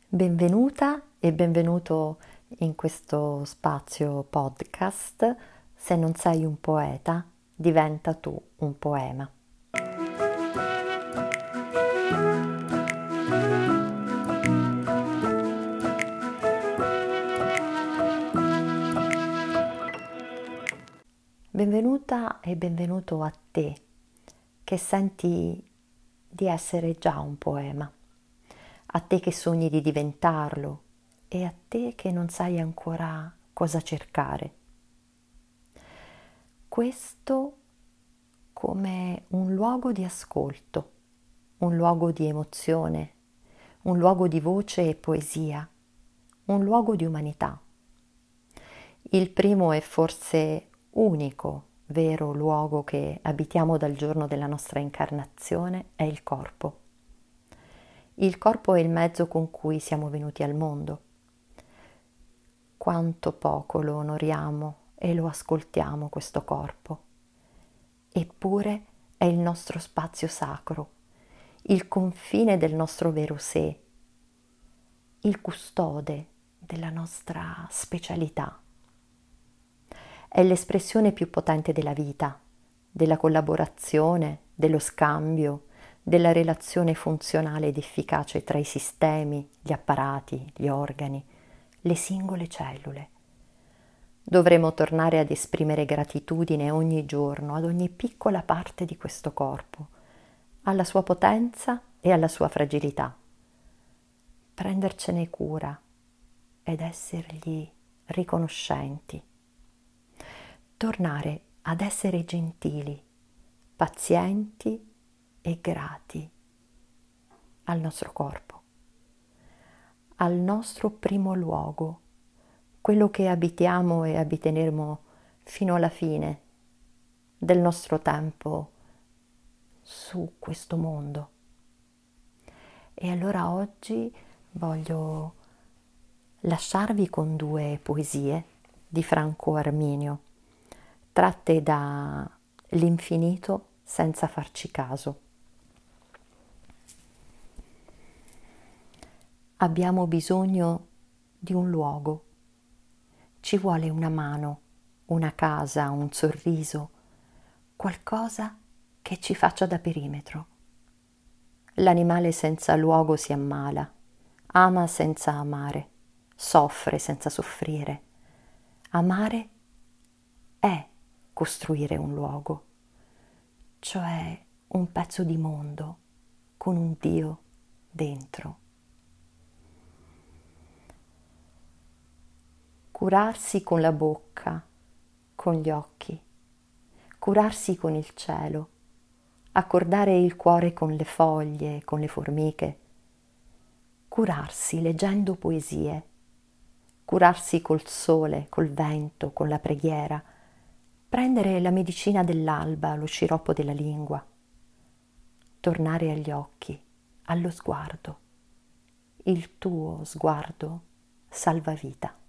Benvenuta e benvenuto in questo spazio podcast. Se non sei un poeta, diventa tu un poema. Benvenuta e benvenuto a te che senti di essere già un poema, a te che sogni di diventarlo e a te che non sai ancora cosa cercare. Questo come un luogo di ascolto, un luogo di emozione, un luogo di voce e poesia, un luogo di umanità. Il primo e forse unico vero luogo che abitiamo dal giorno della nostra incarnazione è il corpo. Il corpo è il mezzo con cui siamo venuti al mondo. Quanto poco lo onoriamo e lo ascoltiamo questo corpo. Eppure è il nostro spazio sacro, il confine del nostro vero sé, il custode della nostra specialità. È l'espressione più potente della vita, della collaborazione, dello scambio, della relazione funzionale ed efficace tra i sistemi, gli apparati, gli organi, le singole cellule. Dovremo tornare ad esprimere gratitudine ogni giorno ad ogni piccola parte di questo corpo, alla sua potenza e alla sua fragilità. Prendercene cura ed essergli riconoscenti. Tornare ad essere gentili, pazienti e grati al nostro corpo, al nostro primo luogo, quello che abitiamo e abiteremo fino alla fine del nostro tempo su questo mondo. E allora oggi voglio lasciarvi con due poesie di Franco Arminio, tratte da L'infinito senza farci caso. Abbiamo bisogno di un luogo. Ci vuole una mano, una casa, un sorriso, qualcosa che ci faccia da perimetro. L'animale senza luogo si ammala, ama senza amare, soffre senza soffrire. Amare è costruire un luogo, cioè un pezzo di mondo con un Dio dentro. Curarsi con la bocca, con gli occhi, curarsi con il cielo, accordare il cuore con le foglie, con le formiche, curarsi leggendo poesie, curarsi col sole, col vento, con la preghiera, prendere la medicina dell'alba, lo sciroppo della lingua, tornare agli occhi, allo sguardo. Il tuo sguardo salva vita.